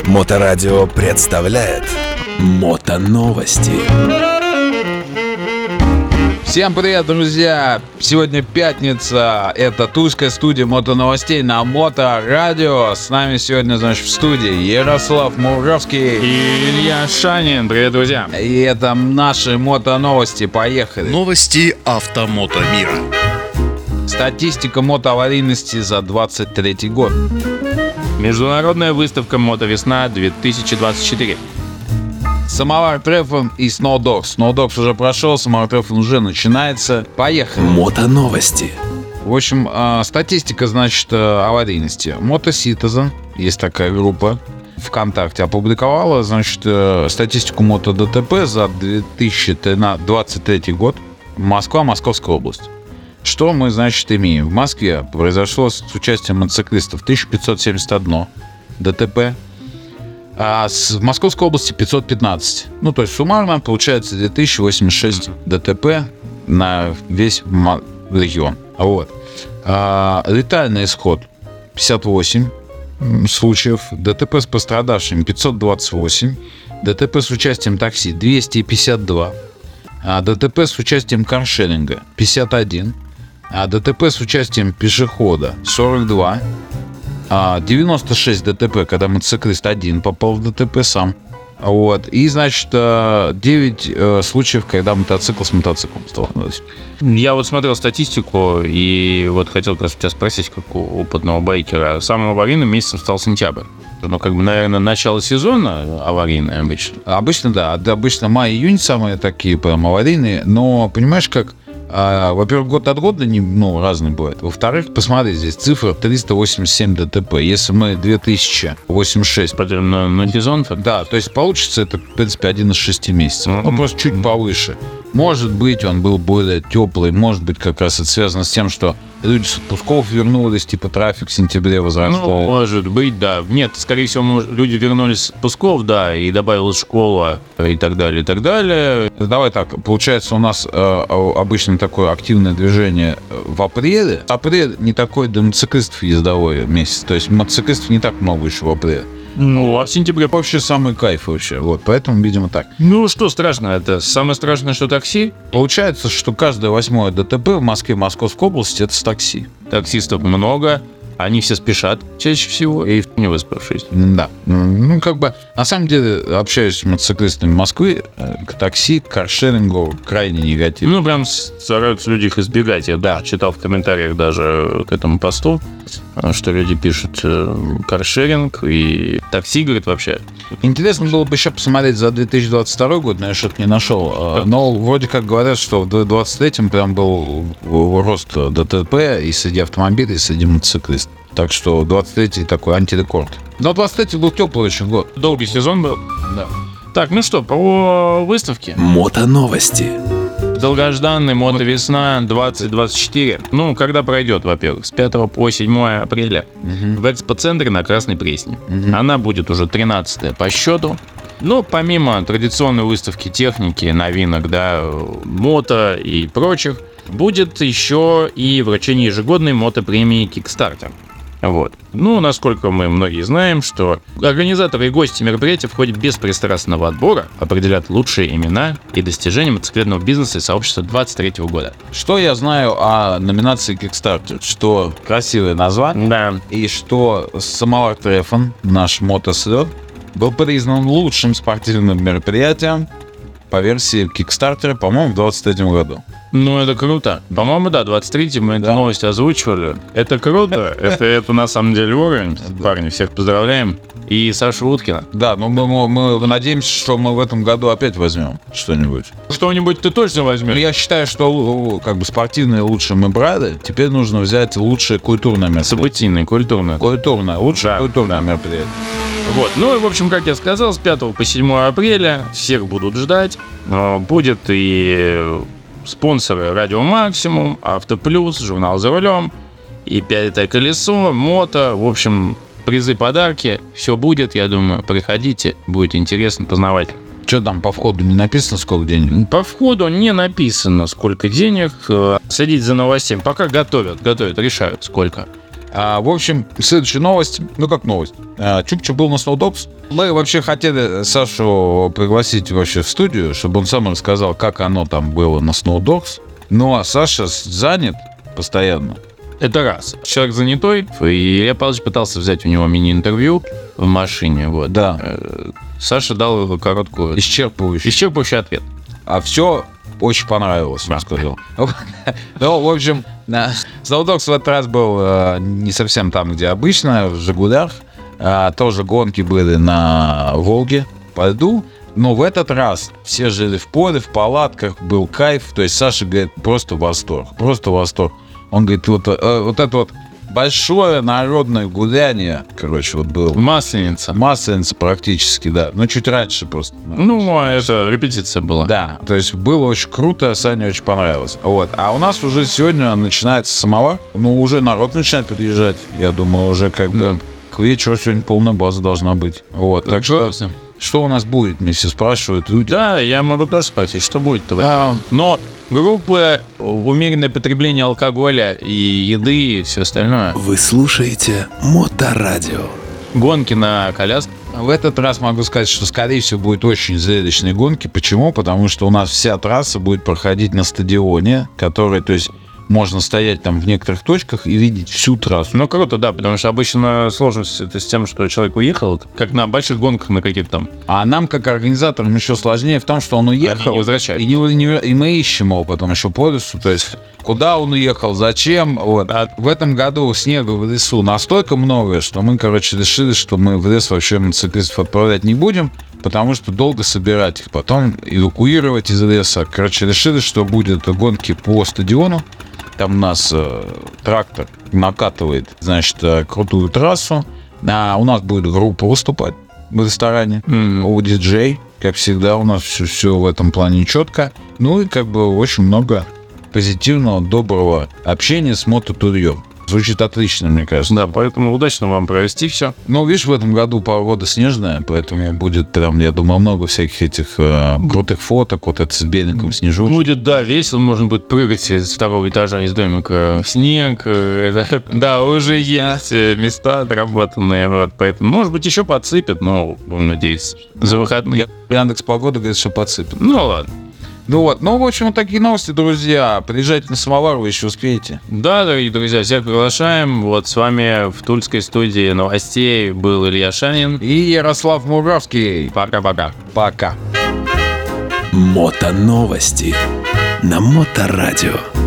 Моторадио представляет Мотоновости. Всем привет, друзья! Сегодня пятница, это Тульская студия Мотоновостей на Моторадио. С нами сегодня, значит, в студии Ярослав Муравский и Илья Шанин. Привет, друзья! И это наши Мотоновости, поехали! Новости автомото мира. Статистика мотоаварийности за 23 год. Международная выставка «Мотовесна 2024». Самовар Трефон и Сноудогс. Сноудогс уже прошел, Самовар Трефон уже начинается. Поехали. Мотоновости. В общем, статистика, значит, аварийности. Мотоситизен, есть такая группа, ВКонтакте опубликовала, значит, статистику мотодТП за 2023 год. Москва, Московская область. Что мы, значит, имеем? В Москве произошло с участием мотоциклистов 1571 ДТП. А в Московской области 515. Ну, то есть суммарно получается 2086 ДТП на весь регион. Вот. Летальный исход 58 случаев. ДТП с пострадавшими 528. ДТП с участием такси 252. ДТП с участием каршеринга 51. ДТП с участием пешехода 42. 96 ДТП, когда мотоциклист один попал в ДТП сам. Вот. И, значит, 9 случаев, когда мотоцикл с мотоциклом столкнулись. Я вот смотрел статистику и вот хотел как раз тебя спросить, как у опытного байкера. Самым аварийным месяцем стал сентябрь. Ну, как бы, наверное, начало сезона аварийное обычно. Обычно, да. Обычно май-июнь самые такие прям аварийные. Но, понимаешь, как... во-первых, год от года разный бывает. Во-вторых, посмотри, здесь цифра 387 ДТП. Если мы 2086 на сезон, да, то есть получится это, в принципе, 1 из 6 месяцев. Ну, просто чуть повыше. Может быть, он был более теплый, может быть, как раз это связано с тем, что люди с отпусков вернулись, типа трафик в сентябре возрастал. Ну, может быть, да. Нет, скорее всего, люди вернулись с отпусков, да, и добавилась школа и так далее, и так далее. Давай так, получается, у нас обычно такое активное движение в апреле. Апрель не такой для мотоциклистов ездовой месяц, то есть мотоциклистов не так много еще в апреле. Ну, а в сентябре вообще самый кайф вообще. Вот, поэтому, видимо, так. Ну, что страшно? Это самое страшное, что такси? Получается, что каждое 8-е ДТП в Москве, Московской области — это с такси. Таксистов много, они все спешат чаще всего и не выспавшись. Да. Ну, как бы, на самом деле, общаюсь с мотоциклистами Москвы, к такси, к каршерингу крайне негативно. Ну, прям стараются люди их избегать. Я, да, читал в комментариях даже к этому посту, что люди пишут каршеринг и такси, говорят, вообще. Интересно было бы еще посмотреть за 2022 год, но я что-то не нашел. Но вроде как говорят, что в 2023 прям был рост ДТП и среди автомобилей, и среди мотоциклистов. Так что 23-й такой антирекорд. Но 23-й был теплый очень год. Долгий сезон был. Да. Так, ну что, по выставке. Мотоновости. Долгожданный Мотовесна 2024. Ну, когда пройдет, во-первых, с 5 по 7 апреля в экспоцентре на Красной Пресне. Она будет уже 13-я по счету. Но помимо традиционной выставки техники, новинок, да, мото и прочих, будет еще и вручение ежегодной мотопремии Kickstarter. Вот. Ну, насколько мы многие знаем, что организаторы и гости мероприятия в ходе беспристрастного отбора определят лучшие имена и достижения мотоциклетного бизнеса и сообщества 2023 года. Что я знаю о номинации Kickstarter? Что красивое название, да. И что Самовар Трефон, наш мотослет, был признан лучшим спортивным мероприятием по версии Kickstarter, по-моему, в 2023 году. Ну, это круто. По-моему, да, 23-й мы эту новость озвучивали. Это круто. Это на самом деле уровень. Парни, всех поздравляем. И Сашу Уткина. Да, но мы надеемся, что мы в этом году опять возьмем что-нибудь. Что-нибудь ты точно возьмешь? Я считаю, что как бы спортивные лучше мы брали. Теперь нужно взять лучшее культурное мероприятие. Событийное, культурное. Культурное, лучшее культурное мероприятие. Вот, ну и в общем, как я сказал, с 5 по 7 апреля всех будут ждать. Будет и спонсоры Радио Максимум, Автоплюс, журнал «За рулем», и «Пятое колесо», мото, в общем, призы, подарки, все будет, я думаю, приходите, будет интересно, познавательно. Что там по входу не написано, сколько денег? По входу не написано, сколько денег. Следить за новостями. Пока готовят, решают, сколько. В общем, следующая новость. Ну, как новость? Чукча был на Snow Dogs. Мы вообще хотели Сашу пригласить вообще в студию, чтобы он сам рассказал, как оно там было на Snow Dogs. Но Саша занят постоянно. Это раз. Человек занятой, и Илья Павлович пытался взять у него мини-интервью в машине. Вот. Да. Саша дал его короткую... Исчерпывающий ответ. А все очень понравилось, я сказал. Ну, в общем, Snow Dogs в этот раз был не совсем там, где обычно, в Жигулях. Тоже гонки были на Волге, по льду. Но в этот раз все жили в поле, в палатках, был кайф. То есть Саша говорит, просто восторг. Он говорит, вот это вот большое народное гуляние, короче, вот было. Масленица практически, да. Но чуть раньше просто. Ну, это репетиция была. Да, то есть было очень круто, Сане очень понравилось. Вот. А у нас уже сегодня начинается самовар. Ну, уже народ начинает подъезжать. Я думаю, уже как бы к вечеру сегодня полная база должна быть. Вот. Так что у нас будет, мне все спрашивают. Люди. Да, я могу тоже спросить, что будет-то. Но группы умеренное потребление алкоголя и еды и все остальное. Вы слушаете Моторадио. Гонки на коляске. В этот раз могу сказать, что, скорее всего, будет очень зрелищные гонки. Почему? Потому что у нас вся трасса будет проходить на стадионе, который, то есть, можно стоять там в некоторых точках и видеть всю трассу. Ну, круто, да, потому что обычно сложность это с тем, что человек уехал, как на больших гонках на каких-то там. А нам, как организаторам, еще сложнее в том, что он уехал, и мы ищем его потом еще по лесу, то есть куда он уехал, зачем. Вот. А в этом году снега в лесу настолько много, что мы, решили, что мы в лес вообще мотоциклистов отправлять не будем, потому что долго собирать их, потом эвакуировать из леса. Решили, что будут гонки по стадиону. Там у нас трактор накатывает, значит, крутую трассу. А у нас будет группа выступать в ресторане. У диджей, как всегда, у нас все в этом плане четко. Ну и очень много позитивного, доброго общения с мототурьем. Звучит отлично, мне кажется. Да, поэтому удачно вам провести все. Ну, видишь, в этом году погода снежная, поэтому будет прям, я думаю, много всяких этих крутых фоток, вот это с беленьким снежочком. Будет, да, весело, можно будет прыгать с второго этажа из домика в снег. Да, уже есть места отработанные, вот, поэтому, может быть, еще подсыпят, но, будем надеяться, за выходные. Яндекс.Погода говорит, что подсыпят. Ну, ладно. Ну вот, в общем, вот такие новости, друзья. Приезжайте на самовар, вы еще успеете. Да, дорогие друзья, всех приглашаем. Вот с вами в тульской студии новостей был Илья Шанин и Ярослав Муравский. Пока-пока. Пока. Мотоновости на Моторадио.